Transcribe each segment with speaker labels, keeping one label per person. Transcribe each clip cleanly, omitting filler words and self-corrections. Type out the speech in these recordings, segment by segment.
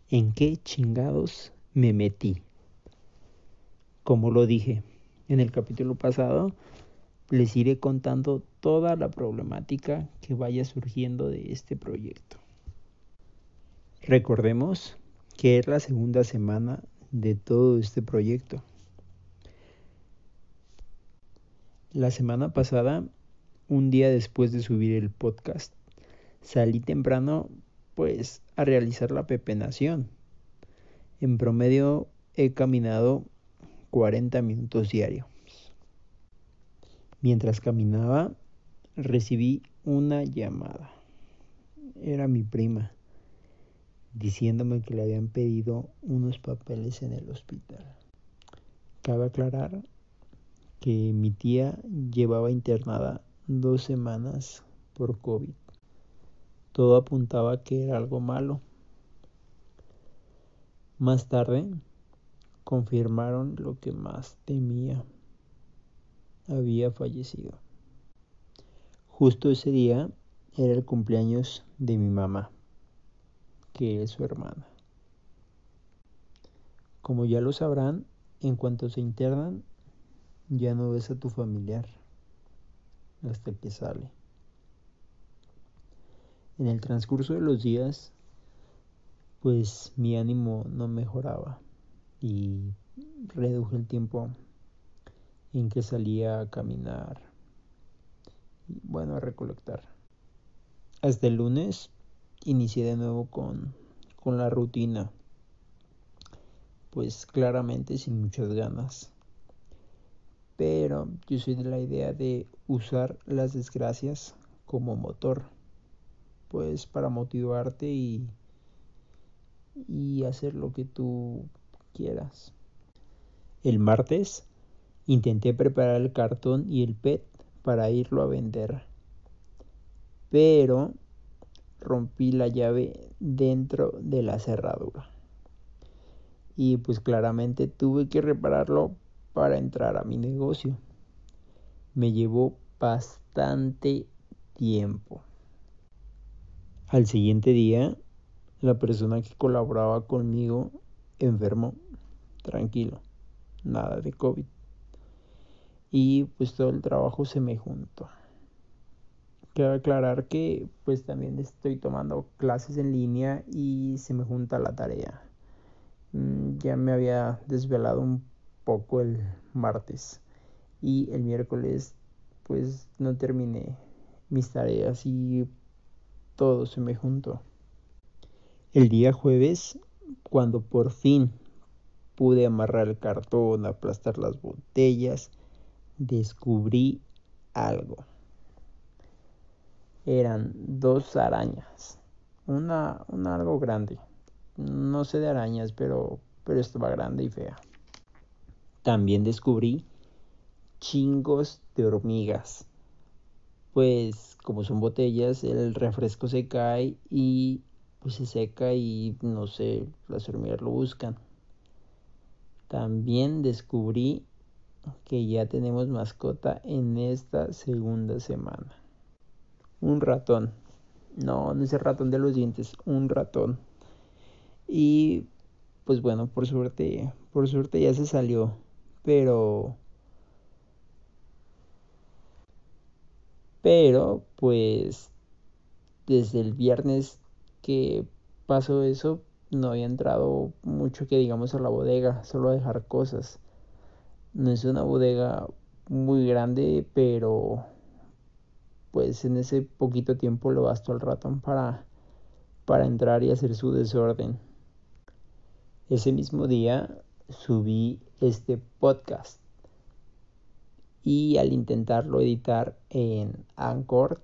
Speaker 1: ¿En qué chingados me metí? Como lo dije en el capítulo pasado, les iré contando toda la problemática que vaya surgiendo de este proyecto. Recordemos que es la segunda semana de todo este proyecto. La semana pasada, un día después de subir el podcast, salí temprano pues a realizar la pepenación. En promedio he caminado 40 minutos diarios. Mientras caminaba, recibí una llamada. Era mi prima, diciéndome que le habían pedido unos papeles en el hospital. Cabe aclarar que mi tía llevaba internada 2 semanas por COVID. Todo apuntaba que era algo malo. Más tarde, confirmaron lo que más temía. Había fallecido. Justo ese día era el cumpleaños de mi mamá, que es su hermana. Como ya lo sabrán, en cuanto se internan, ya no ves a tu familiar hasta que sale. En el transcurso de los días, pues mi ánimo no mejoraba y reduje el tiempo en que salía a caminar y bueno, a recolectar. Hasta el lunes inicié de nuevo con la rutina, pues claramente sin muchas ganas. Pero yo soy de la idea de usar las desgracias como motor, pues para motivarte y hacer lo que tú quieras. El martes intenté preparar el cartón y el PET para irlo a vender, pero rompí la llave dentro de la cerradura y pues claramente tuve que repararlo para entrar a mi negocio. Me llevó bastante tiempo. Al siguiente día, la persona que colaboraba conmigo enfermó. Tranquilo, nada de COVID. Y pues todo el trabajo se me juntó. Quiero aclarar que pues también estoy tomando clases en línea y se me junta la tarea. Ya me había desvelado un poco el martes y el miércoles pues no terminé mis tareas y todo se me juntó. El día jueves, cuando por fin pude amarrar el cartón, aplastar las botellas, descubrí algo. Eran 2 arañas. Una algo grande. No sé de arañas, pero estaba grande y fea. También descubrí chingos de hormigas. Pues como son botellas, el refresco se cae y pues se seca y no sé, las hormigas lo buscan. También descubrí que ya tenemos mascota en esta segunda semana. Un ratón. No es el ratón de los dientes, un ratón. Y pues bueno, por suerte ya se salió. Pero pues desde el viernes que pasó eso, no había entrado mucho que digamos a la bodega, solo a dejar cosas. No es una bodega muy grande, pero pues en ese poquito tiempo lo bastó al ratón para entrar y hacer su desorden. Ese mismo día subí este podcast y al intentarlo editar en Anchor,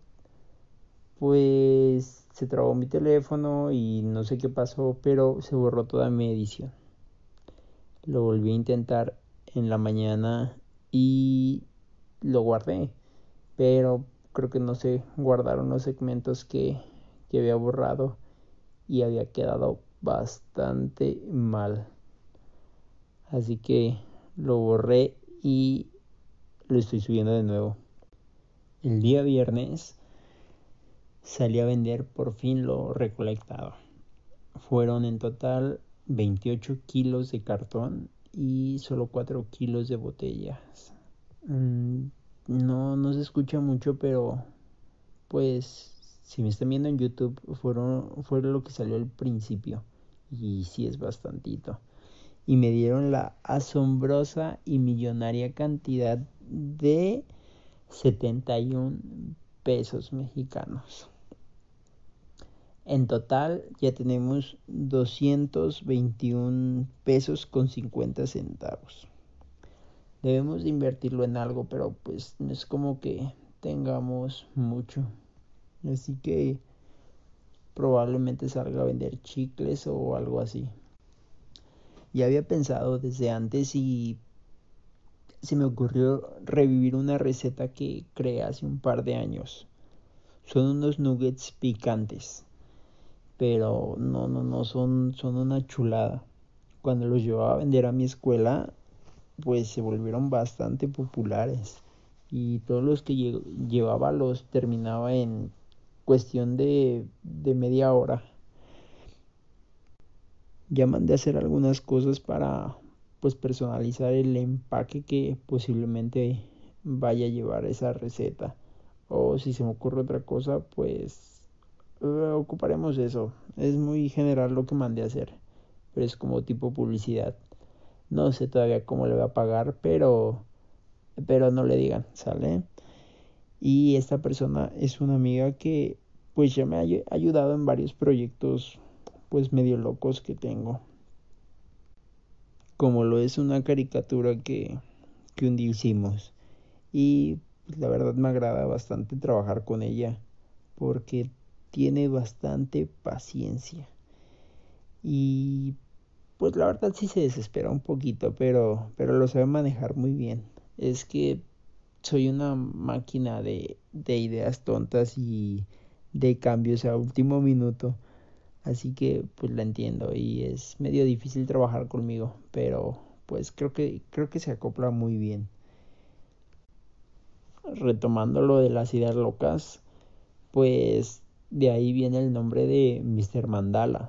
Speaker 1: pues se trabó mi teléfono y no sé qué pasó, pero se borró toda mi edición. Lo volví a intentar en la mañana y lo guardé, pero creo que no se guardaron los segmentos que había borrado y había quedado bastante mal. Así que lo borré y lo estoy subiendo de nuevo. El día viernes salí a vender por fin lo recolectado. fueron en total 28 kilos de cartón y solo 4 kilos de botellas. No se escucha mucho, pero pues si me están viendo en YouTube fue lo que salió al principio. Y sí es bastantito. Y me dieron la asombrosa y millonaria cantidad de 71 pesos mexicanos. En total ya tenemos 221 pesos con 50 centavos. Debemos de invertirlo en algo, pero pues no es como que tengamos mucho. Así que probablemente salga a vender chicles o algo así. Ya había pensado desde antes y se me ocurrió revivir una receta que creé hace un par de años. Son unos nuggets picantes, pero no, son una chulada. Cuando los llevaba a vender a mi escuela, pues se volvieron bastante populares. Y todos los que llevaba los terminaba en cuestión de media hora. Ya mandé a hacer algunas cosas para pues personalizar el empaque que posiblemente vaya a llevar esa receta. O si se me ocurre otra cosa, pues ocuparemos eso. Es muy general lo que mandé a hacer, pero es como tipo publicidad. No sé todavía cómo le voy a pagar, pero no le digan, ¿sale? Y esta persona es una amiga que pues ya me ha ayudado en varios proyectos pues medio locos que tengo. Como lo es una caricatura que un día hicimos. Y pues, la verdad me agrada bastante trabajar con ella porque tiene bastante paciencia. Y pues la verdad sí se desespera un poquito, pero lo sabe manejar muy bien. Es que soy una máquina de ideas tontas y de cambios a último minuto. Así que pues la entiendo y es medio difícil trabajar conmigo, pero pues creo que se acopla muy bien. Retomando lo de las ideas locas, pues de ahí viene el nombre de Mr. Mandala.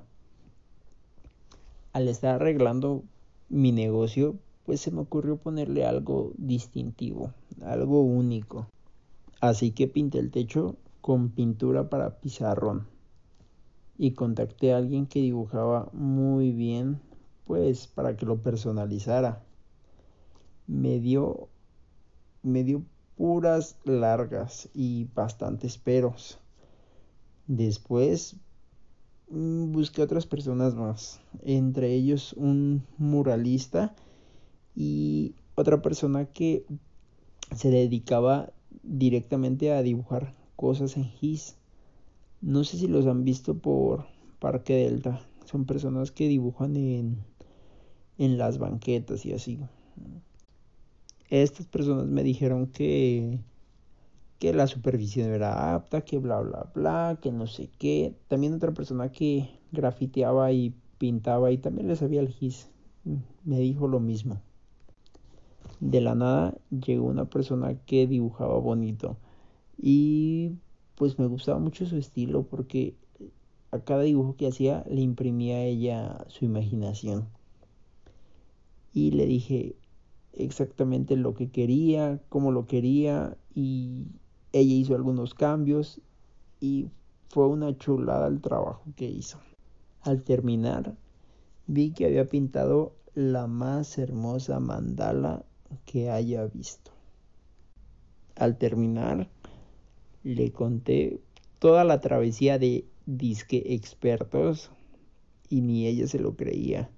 Speaker 1: Al estar arreglando mi negocio, pues se me ocurrió ponerle algo distintivo, algo único. Así que pinté el techo con pintura para pizarrón y contacté a alguien que dibujaba muy bien, pues para que lo personalizara. Me dio, me dio puras largas y bastantes peros. Después busqué otras personas más, entre ellos un muralista y otra persona que se dedicaba directamente a dibujar cosas en gis. No sé si los han visto por Parque Delta. Son personas que dibujan en las banquetas y así. Estas personas me dijeron que la superficie no era apta, que bla bla bla, que no sé qué. También otra persona que grafiteaba y pintaba y también le sabía el gis. Me dijo lo mismo. De la nada llegó una persona que dibujaba bonito y pues me gustaba mucho su estilo porque a cada dibujo que hacía le imprimía a ella su imaginación. Y le dije exactamente lo que quería, cómo lo quería y ella hizo algunos cambios y fue una chulada el trabajo que hizo. Al terminar, vi que había pintado la más hermosa mandala que haya visto. Al terminar, le conté toda la travesía de disque expertos y ni ella se lo creía.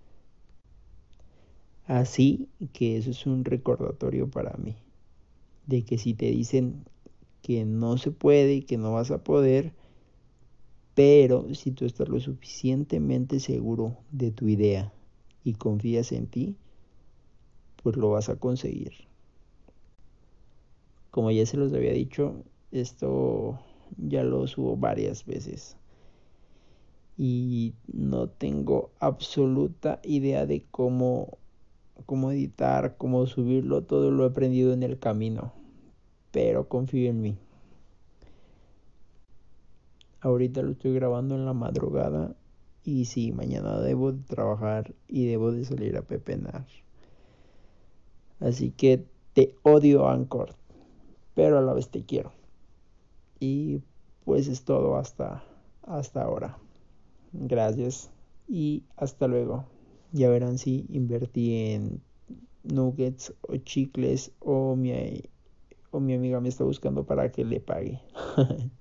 Speaker 1: Así que eso es un recordatorio para mí, de que si te dicen que no se puede y que no vas a poder, pero si tú estás lo suficientemente seguro de tu idea y confías en ti, pues lo vas a conseguir. Como ya se los había dicho, esto ya lo subo varias veces y no tengo absoluta idea de cómo editar, cómo subirlo, todo lo he aprendido en el camino, pero confío en mí. Ahorita lo estoy grabando en la madrugada Y sí, mañana debo de trabajar y debo de salir a pepenar. Así que te odio, Anchor, pero a la vez te quiero. Y pues es todo hasta ahora. Gracias y hasta luego. Ya verán si invertí en nuggets o chicles o mi amiga me está buscando para que le pague.